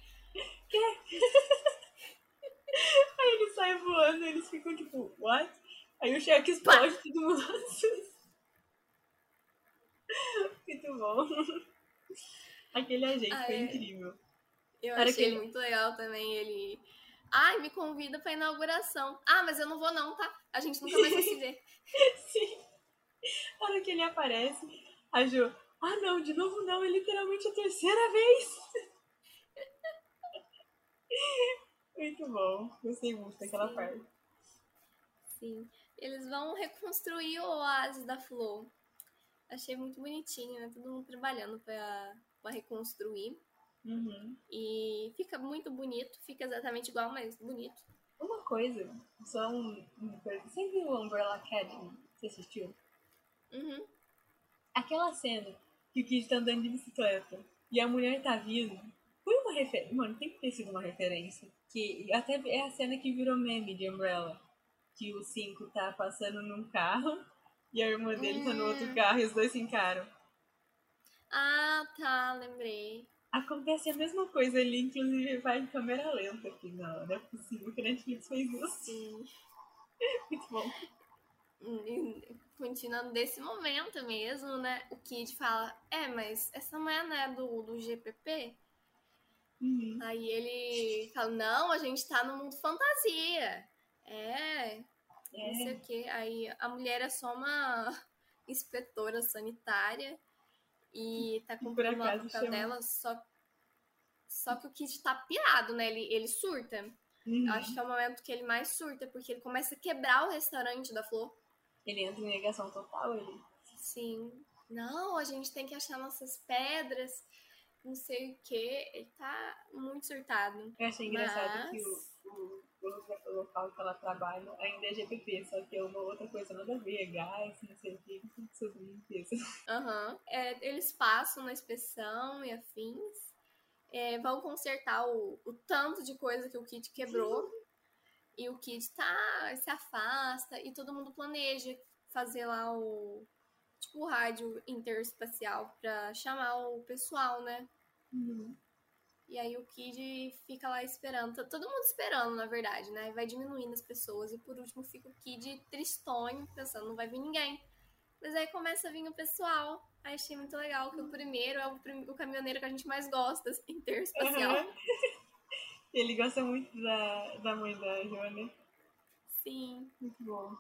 Aí ele sai voando, eles ficam tipo, what? Aí o cheque explode, todo mundo assusta. Muito bom. Aquele agente foi incrível. Eu achei muito legal também ele. Ai, me convida pra inauguração. Ah, mas eu não vou não, tá? A gente nunca mais vai se ver. Sim. Na hora que ele aparece, a Jo, ah não, de novo não, é literalmente a terceira vez. Muito bom. Gostei muito daquela parte. Sim. Eles vão reconstruir o oásis da flor. Achei muito bonitinho, né? Todo mundo trabalhando pra reconstruir. E fica muito bonito. Fica exatamente igual, mas bonito. Uma coisa, só uma coisa. Você viu o Umbrella Academy? Você assistiu? Aquela cena que o Kid tá andando de bicicleta e a mulher tá vindo. Foi uma referência. Mano, tem que ter sido uma referência. Que até é a cena que virou meme de Umbrella. Que o 5 tá passando num carro e a irmã dele tá no outro carro e os dois se encaram. Ah, tá, lembrei. Acontece a mesma coisa ali, inclusive vai em câmera lenta aqui. Não é possível que a Netflix fez isso. Sim. Muito bom. Continuando desse momento mesmo, né? O Kid fala, mas essa mulher não é do GPP? Aí ele fala, não, a gente tá no mundo fantasia. Não sei o quê. Aí a mulher é só uma inspetora sanitária e tá cumprindo o papel dela, só que o Kid tá pirado, né? Ele surta. Acho que é o momento que ele mais surta, porque ele começa a quebrar o restaurante da Flor. Ele entra em negação total, ele. Sim. Não, a gente tem que achar nossas pedras, não sei o quê. Ele tá muito surtado. Eu achei engraçado que o local que ela trabalha ainda é GPP, só que é uma outra coisa nada a ver, é gás, não sei o que, sobre limpeza. Eles passam na inspeção e afins. Vão consertar o tanto de coisa que o Kid quebrou. E o Kid se afasta e todo mundo planeja fazer lá o rádio interespacial pra chamar o pessoal, né? E aí o Kid fica lá esperando. Tá todo mundo esperando, na verdade, né? Vai diminuindo as pessoas. E por último fica o Kid tristonho, pensando, não vai vir ninguém. Mas aí começa a vir o pessoal. Aí achei muito legal que o primeiro é o caminhoneiro que a gente mais gosta, interespacial. Ele gosta muito da mãe da Joana. Sim. Muito bom.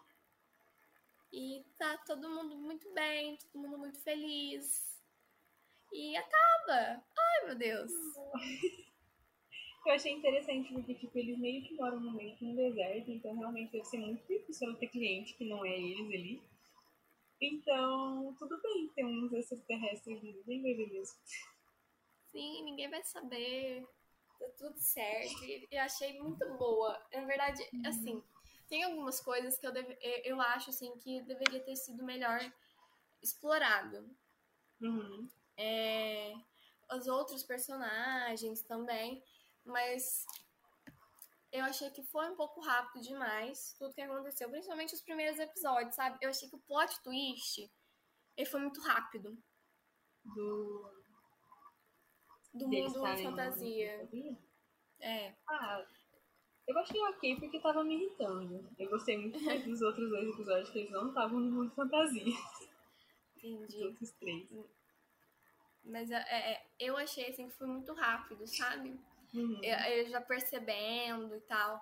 E tá todo mundo muito bem, todo mundo muito feliz. E acaba. Ai, meu Deus. Eu achei interessante porque, tipo, eles meio que moram no meio de um deserto, então realmente deve ser muito difícil ela ter cliente que não é eles ali. Então, tudo bem ter uns extraterrestres ali, bem bebê mesmo. Sim, ninguém vai saber. Tá tudo certo. E eu achei muito boa. Na verdade, assim, tem algumas coisas que eu acho assim que deveria ter sido melhor explorado. Uhum. Os outros personagens também, mas eu achei que foi um pouco rápido demais tudo que aconteceu, principalmente os primeiros episódios, sabe? Eu achei que o plot twist ele foi muito rápido do Deles mundo estarem no fantasia. fantasia? É, Ah, eu achei ok porque tava me irritando. Eu gostei muito mais dos outros 2 episódios que eles não estavam no mundo fantasia. Os entendi. outros 3. Mas eu achei assim que foi muito rápido, sabe? Uhum. Eu já percebendo e tal.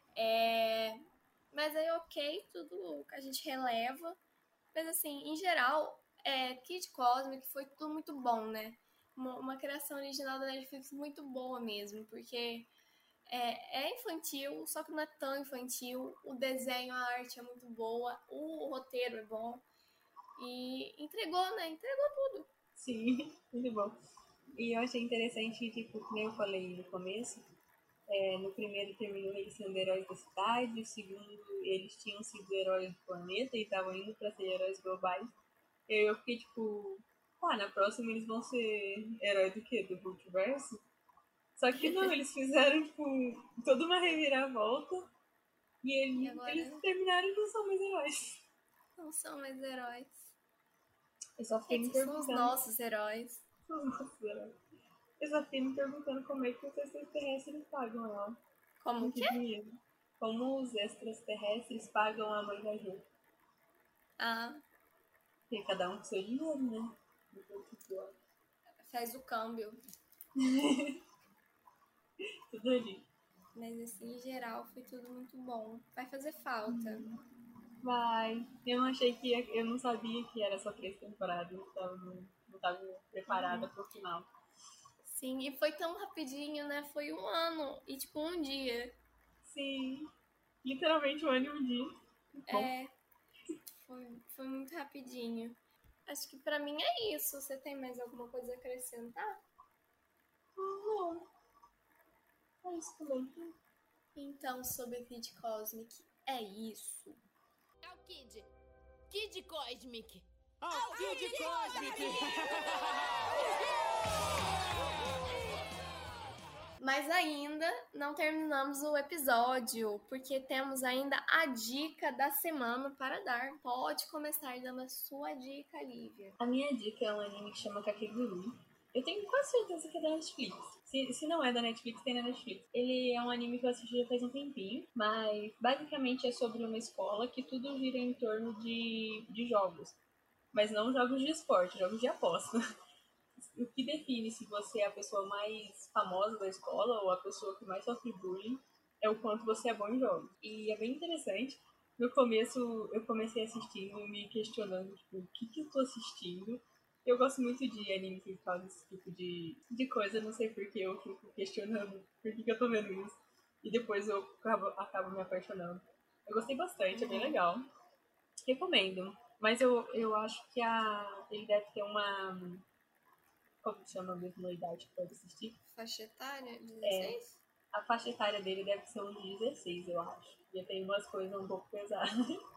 Mas aí, ok, tudo que a gente releva. Mas assim, em geral, Kid Cosmic foi tudo muito bom, né? Uma criação original da Netflix muito boa mesmo, porque é infantil, só que não é tão infantil. O desenho, a arte é muito boa, o roteiro é bom. E entregou, né? Entregou tudo. Sim, muito bom. E eu achei interessante, tipo, como eu falei no começo, no primeiro terminou eles sendo heróis da cidade, o segundo eles tinham sido heróis do planeta e estavam indo pra ser heróis globais. E aí eu fiquei tipo, na próxima eles vão ser herói do quê? Do multiverso? Só que não, eles fizeram, tipo, toda uma reviravolta e E agora eles terminaram e não são mais heróis. não são mais heróis. Eu só fiquei me Esses são os perguntando. nossos heróis. São os nossos heróis. Eu só fiquei me perguntando como é que os extraterrestres pagam ela. Como Muito que é? dinheiro. Como os extraterrestres pagam a mãe da Ju. Ah, Porque cada um com seu dinheiro, né? faz o câmbio. Tudo ali. Mas assim, em geral, foi tudo muito bom. Vai fazer falta. Vai. Eu não achei que eu não sabia que era só 3 temporadas, então não tava preparada pro final. Sim, e foi tão rapidinho, né? Foi um ano e tipo um dia. Sim. Literalmente 1 ano e 1 dia. Bom. Foi muito rapidinho. Acho que pra mim é isso. Você tem mais alguma coisa a acrescentar? Não. É isso também. Então, sobre Kid Cosmic, é isso. É o Kid. Kid Cosmic. Ao Kid Cosmic! Mas ainda não terminamos o episódio, porque temos ainda a dica da semana para dar. Pode começar dando a sua dica, Lívia. A minha dica é um anime que chama Kakegurui. Eu tenho quase certeza que é da Netflix. Se não é da Netflix, tem na Netflix. Ele é um anime que eu assisti já faz um tempinho, mas basicamente é sobre uma escola que tudo gira em torno de jogos. Mas não jogos de esporte, jogos de aposta. O que define se você é a pessoa mais famosa da escola ou a pessoa que mais sofre bullying é o quanto você é bom em jogos. E é bem interessante. No começo eu comecei assistindo me questionando, tipo, o que eu tô assistindo? Eu gosto muito de anime que faz esse tipo de coisa, não sei por que eu fico questionando por que eu tô vendo isso. E depois eu acabo me apaixonando. Eu gostei bastante, é bem legal. Recomendo. Mas eu acho que ele deve ter uma. Como chama mesmo a idade que pode assistir? Faixa etária? 16? A faixa etária dele deve ser uns 16, eu acho. E tem umas coisas um pouco pesadas.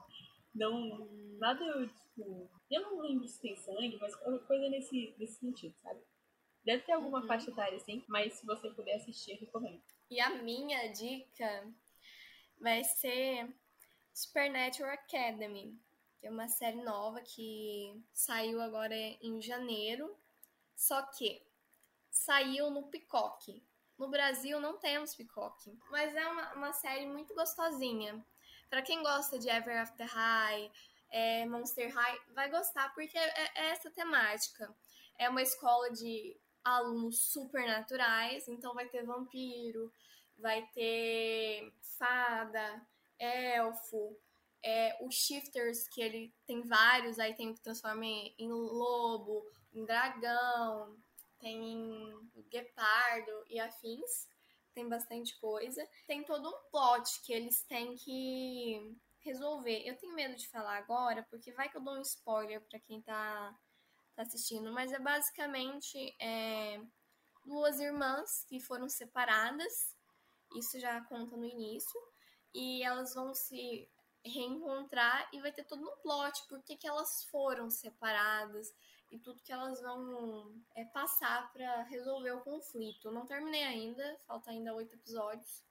Não, nada, tipo... Eu não lembro se tem sangue, mas coisa nesse sentido, sabe? Deve ter alguma faixa etária, sim, mas se você puder assistir, eu recomendo. E a minha dica vai ser Supernatural Academy, que é uma série nova que saiu agora em janeiro. Só que saiu no Peacock. No Brasil não temos Peacock, mas é uma série muito gostosinha. Pra quem gosta de Ever After High, Monster High, vai gostar porque é essa temática. É uma escola de alunos supernaturais, então vai ter vampiro, vai ter fada, elfo, os shifters, que ele tem vários, aí tem o que transforma em lobo, em dragão, tem o guepardo e afins. tem bastante coisa. Tem todo um plot que eles têm que resolver. Eu tenho medo de falar agora, porque vai que eu dou um spoiler pra quem tá assistindo, mas é basicamente duas irmãs que foram separadas, isso já conta no início, e elas vão se reencontrar e vai ter todo um plot, por que elas foram separadas e tudo que elas vão passar para resolver o conflito. Eu não terminei ainda, falta ainda 8 episódios,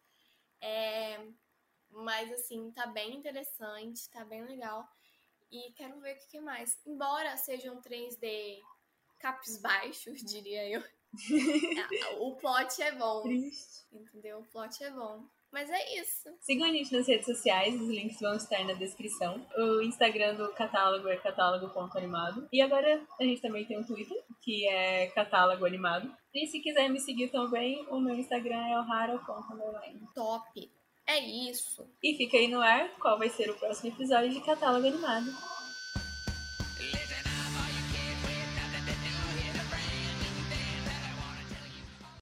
mas assim, tá bem interessante, tá bem legal. E quero ver o que mais. Embora seja um 3D capes-baixos, diria eu. O plot é bom. Triste. Entendeu? O plot é bom. Mas é isso. Sigam a gente nas redes sociais, os links vão estar na descrição. O Instagram do catálogo é catálogo.animado. E agora a gente também tem um Twitter, que é catálogo animado. E se quiser me seguir também, o meu Instagram é ohara.underline. Top. É isso. E fica aí no ar qual vai ser o próximo episódio de Catálogo Animado.